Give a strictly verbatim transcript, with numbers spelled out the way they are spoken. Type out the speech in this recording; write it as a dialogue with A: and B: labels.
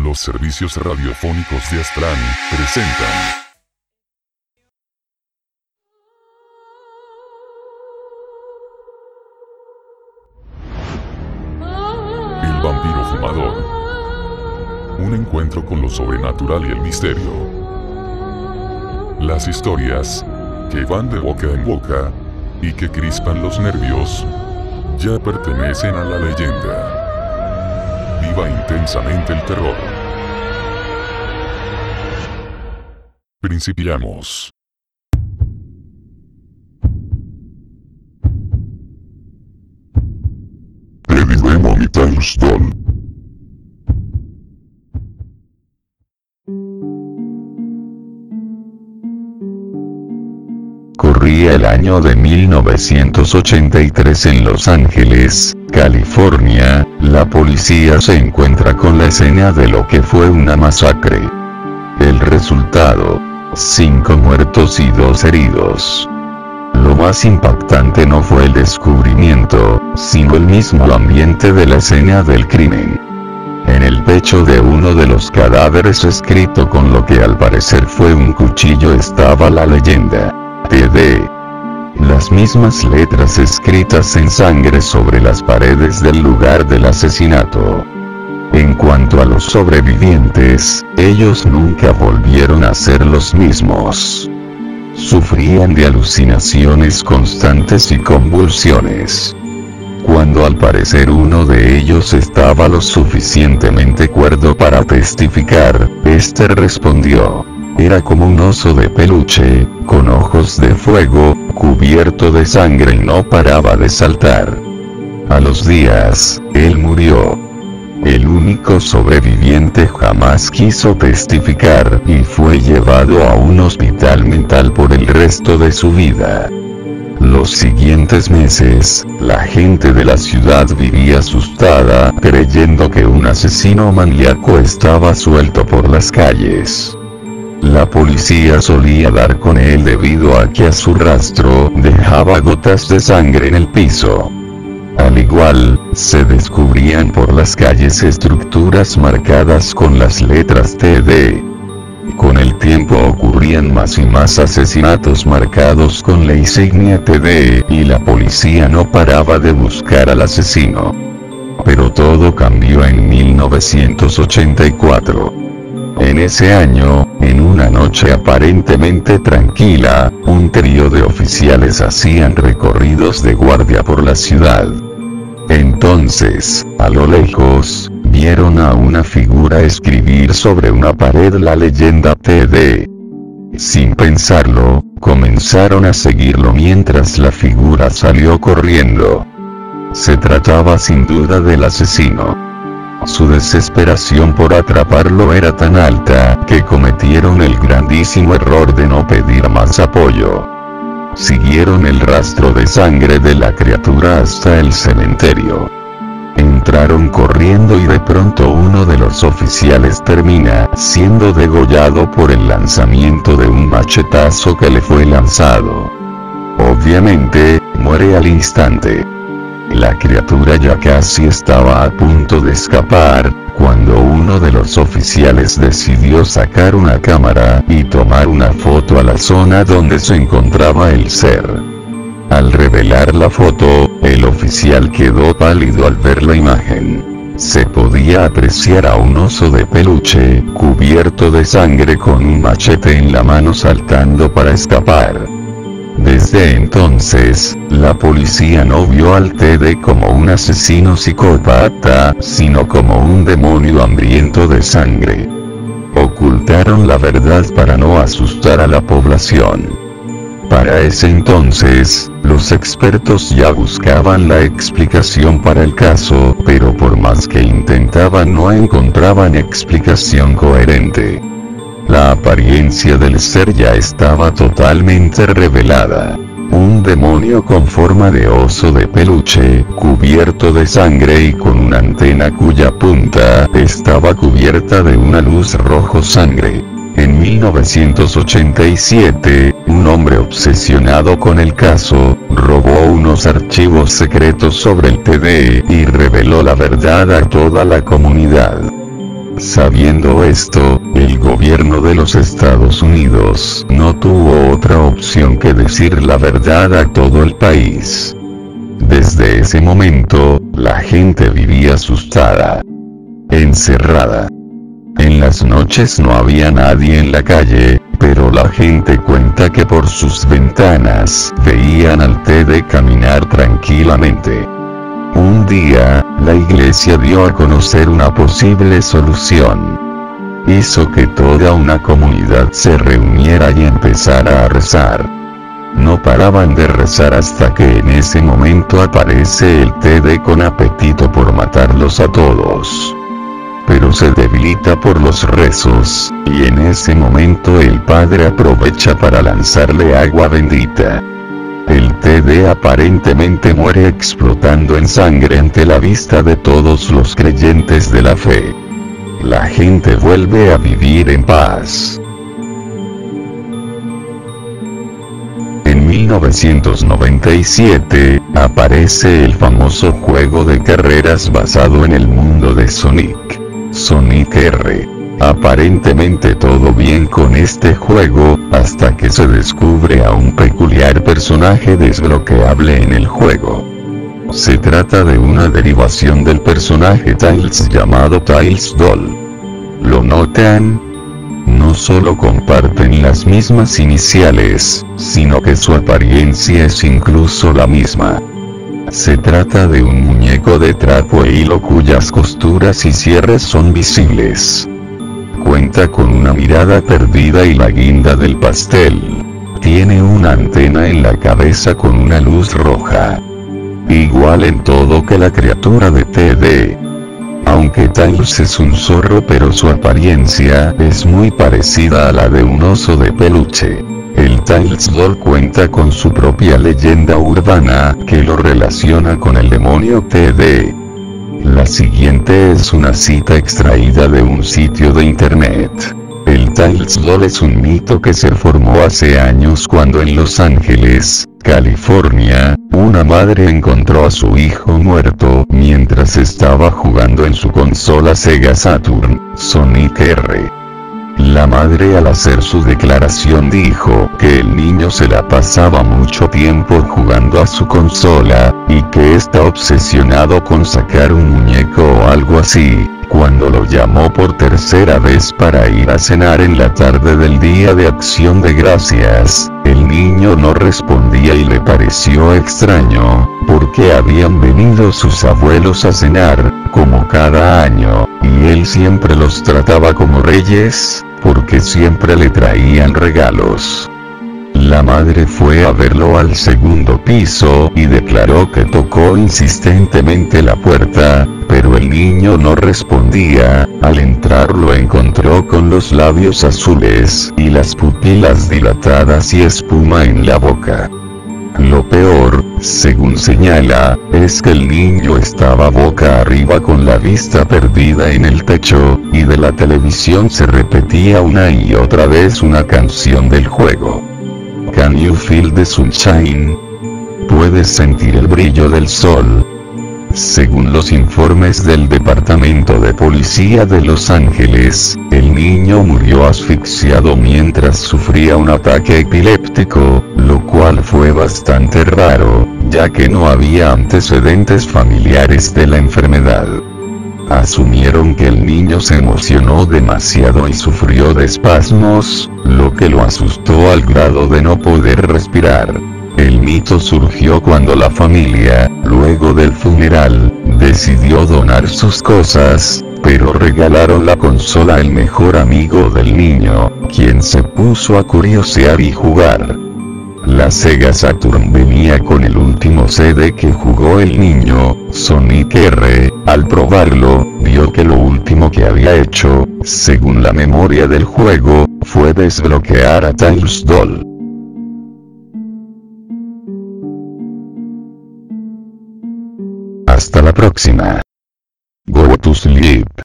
A: Los servicios radiofónicos de Aztlán presentan El vampiro fumador. Un encuentro con lo sobrenatural y el misterio. Las historias que van de boca en boca y que crispan los nervios ya pertenecen a la leyenda. Viva intensamente el terror. Principiamos. Eddie Demon Times Doll.
B: Corría el año de mil novecientos ochenta y tres en Los Ángeles, California. La policía se encuentra con la escena de lo que fue una masacre. El resultado: cinco muertos y dos heridos. Lo más impactante no fue el descubrimiento, sino el mismo ambiente de la escena del crimen. En el pecho de uno de los cadáveres, escrito con lo que al parecer fue un cuchillo, estaba la leyenda T D. Las mismas letras escritas en sangre sobre las paredes del lugar del asesinato. En cuanto a los sobrevivientes, ellos nunca volvieron a ser los mismos. Sufrían de alucinaciones constantes y convulsiones. Cuando al parecer uno de ellos estaba lo suficientemente cuerdo para testificar, este respondió: era como un oso de peluche, con ojos de fuego, cubierto de sangre y no paraba de saltar. A los días, él murió. El único sobreviviente jamás quiso testificar y fue llevado a un hospital mental por el resto de su vida. Los siguientes meses, la gente de la ciudad vivía asustada, creyendo que un asesino maníaco estaba suelto por las calles. La policía solía dar con él debido a que a su rastro dejaba gotas de sangre en el piso. Al igual, se descubrían por las calles estructuras marcadas con las letras T D. Con el tiempo ocurrían más y más asesinatos marcados con la insignia T D, y la policía no paraba de buscar al asesino. Pero todo cambió en mil novecientos ochenta y cuatro. En ese año, en una noche aparentemente tranquila, un trío de oficiales hacían recorridos de guardia por la ciudad. Entonces, a lo lejos, vieron a una figura escribir sobre una pared la leyenda T D. Sin pensarlo, comenzaron a seguirlo mientras la figura salió corriendo. Se trataba sin duda del asesino. Su desesperación por atraparlo era tan alta que cometieron el grandísimo error de no pedir más apoyo. Siguieron el rastro de sangre de la criatura hasta el cementerio. Entraron corriendo y de pronto uno de los oficiales termina siendo degollado por el lanzamiento de un machetazo que le fue lanzado. Obviamente, muere al instante. La criatura ya casi estaba a punto de escapar, cuando uno de los oficiales decidió sacar una cámara y tomar una foto a la zona donde se encontraba el ser. Al revelar la foto, el oficial quedó pálido al ver la imagen. Se podía apreciar a un oso de peluche, cubierto de sangre con un machete en la mano saltando para escapar. Desde entonces, la policía no vio al T D como un asesino psicópata, sino como un demonio hambriento de sangre. Ocultaron la verdad para no asustar a la población. Para ese entonces, los expertos ya buscaban la explicación para el caso, pero por más que intentaban no encontraban explicación coherente. La apariencia del ser ya estaba totalmente revelada. Un demonio con forma de oso de peluche, cubierto de sangre y con una antena cuya punta estaba cubierta de una luz rojo sangre. En mil novecientos ochenta y siete, un hombre obsesionado con el caso, robó unos archivos secretos sobre el T D y reveló la verdad a toda la comunidad. Sabiendo esto, el gobierno de los Estados Unidos no tuvo otra opción que decir la verdad a todo el país. Desde ese momento, la gente vivía asustada, encerrada. En las noches no había nadie en la calle, pero la gente cuenta que por sus ventanas veían al T D caminar tranquilamente. Un día, la iglesia dio a conocer una posible solución. Hizo que toda una comunidad se reuniera y empezara a rezar. No paraban de rezar hasta que en ese momento aparece el T D con apetito por matarlos a todos. Pero se debilita por los rezos, y en ese momento el padre aprovecha para lanzarle agua bendita. El T D aparentemente muere explotando en sangre ante la vista de todos los creyentes de la fe. La gente vuelve a vivir en paz. En mil novecientos noventa y siete, aparece el famoso juego de carreras basado en el mundo de Sonic, Sonic R. Aparentemente todo bien con este juego, hasta que se descubre a un peculiar personaje desbloqueable en el juego. Se trata de una derivación del personaje Tails llamado Tails Doll. ¿Lo notan? No solo comparten las mismas iniciales, sino que su apariencia es incluso la misma. Se trata de un muñeco de trapo e hilo cuyas costuras y cierres son visibles. Cuenta con una mirada perdida y la guinda del pastel. Tiene una antena en la cabeza con una luz roja. Igual en todo que la criatura de T D. Aunque Tails es un zorro, pero su apariencia es muy parecida a la de un oso de peluche. El Tails Doll cuenta con su propia leyenda urbana que lo relaciona con el demonio T D. La siguiente es una cita extraída de un sitio de internet. El Tails Doll es un mito que se formó hace años cuando en Los Ángeles, California, una madre encontró a su hijo muerto mientras estaba jugando en su consola Sega Saturn, Sonic R. La madre al hacer su declaración dijo que el niño se la pasaba mucho tiempo jugando a su consola, y que está obsesionado con sacar un muñeco o algo así. Cuando lo llamó por tercera vez para ir a cenar en la tarde del día de Acción de Gracias, el niño no respondía y le pareció extraño, porque habían venido sus abuelos a cenar, como cada año, y él siempre los trataba como reyes, porque siempre le traían regalos. La madre fue a verlo al segundo piso y declaró que tocó insistentemente la puerta, pero el niño no respondía. Al entrar lo encontró con los labios azules y las pupilas dilatadas y espuma en la boca. Lo peor, según señala, es que el niño estaba boca arriba con la vista perdida en el techo, y de la televisión se repetía una y otra vez una canción del juego. Can you feel the sunshine? ¿Puedes sentir el brillo del sol? Según los informes del Departamento de Policía de Los Ángeles, el niño murió asfixiado mientras sufría un ataque epiléptico, lo cual fue bastante raro, ya que no había antecedentes familiares de la enfermedad. Asumieron que el niño se emocionó demasiado y sufrió de espasmos, lo que lo asustó al grado de no poder respirar. El mito surgió cuando la familia, luego del funeral, decidió donar sus cosas, pero regalaron la consola al mejor amigo del niño, quien se puso a curiosear y jugar. La Sega Saturn venía con el último C D que jugó el niño, Sonic R. Al probarlo, vio que lo último que había hecho, según la memoria del juego, fue desbloquear a Tails Doll. Hasta la próxima. Go to sleep.